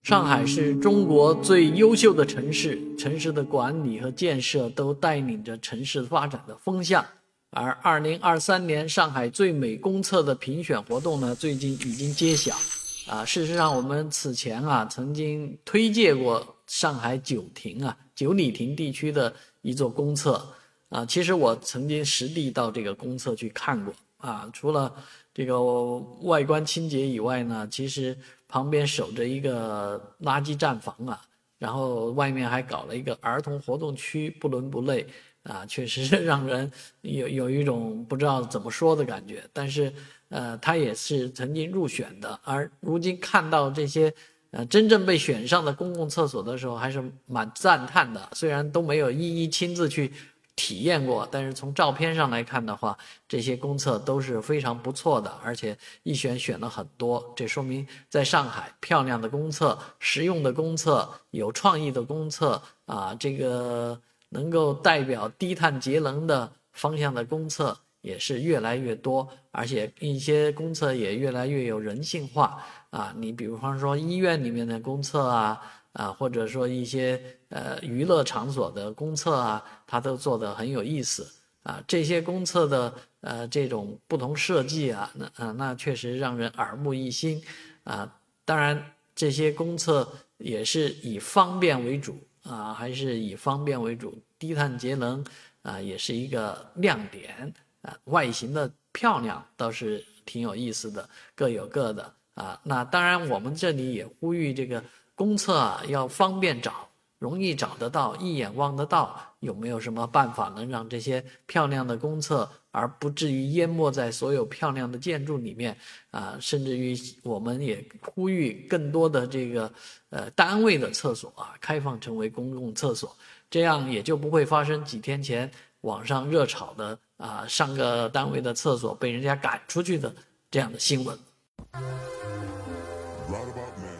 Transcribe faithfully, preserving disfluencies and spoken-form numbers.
上海是中国最优秀的城市，城市的管理和建设都带领着城市发展的风向。而二零二三年上海最美公厕的评选活动呢，最近已经揭晓。啊，事实上我们此前啊曾经推介过上海九亭啊九里亭地区的一座公厕啊，其实我曾经实地到这个公厕去看过啊，除了这个外观清洁以外呢，其实旁边守着一个垃圾站房啊，然后外面还搞了一个儿童活动区，不伦不类啊，确实是让人有有一种不知道怎么说的感觉。但是呃，它也是曾经入选的，而如今看到这些呃真正被选上的公共厕所的时候，还是蛮赞叹的。虽然都没有一一亲自去体验过，但是从照片上来看的话，这些公厕都是非常不错的，而且一选选了很多。这说明在上海，漂亮的公厕、实用的公厕、有创意的公厕啊，这个能够代表低碳节能的方向的公厕也是越来越多，而且一些公厕也越来越有人性化啊。你比方说医院里面的公厕啊，啊，或者说一些呃娱乐场所的公厕啊，它都做得很有意思啊。这些公厕的呃这种不同设计啊，那呃那确实让人耳目一新啊。当然，这些公厕也是以方便为主啊，还是以方便为主，低碳节能啊也是一个亮点啊。外形的漂亮倒是挺有意思的，各有各的啊。那当然，我们这里也呼吁这个公厕啊要方便找，容易找得到，一眼望得到。有没有什么办法能让这些漂亮的公厕而不至于淹没在所有漂亮的建筑里面啊？甚至于我们也呼吁更多的这个呃单位的厕所啊开放成为公共厕所，这样也就不会发生几天前网上热炒的啊上个单位的厕所被人家赶出去的这样的新闻。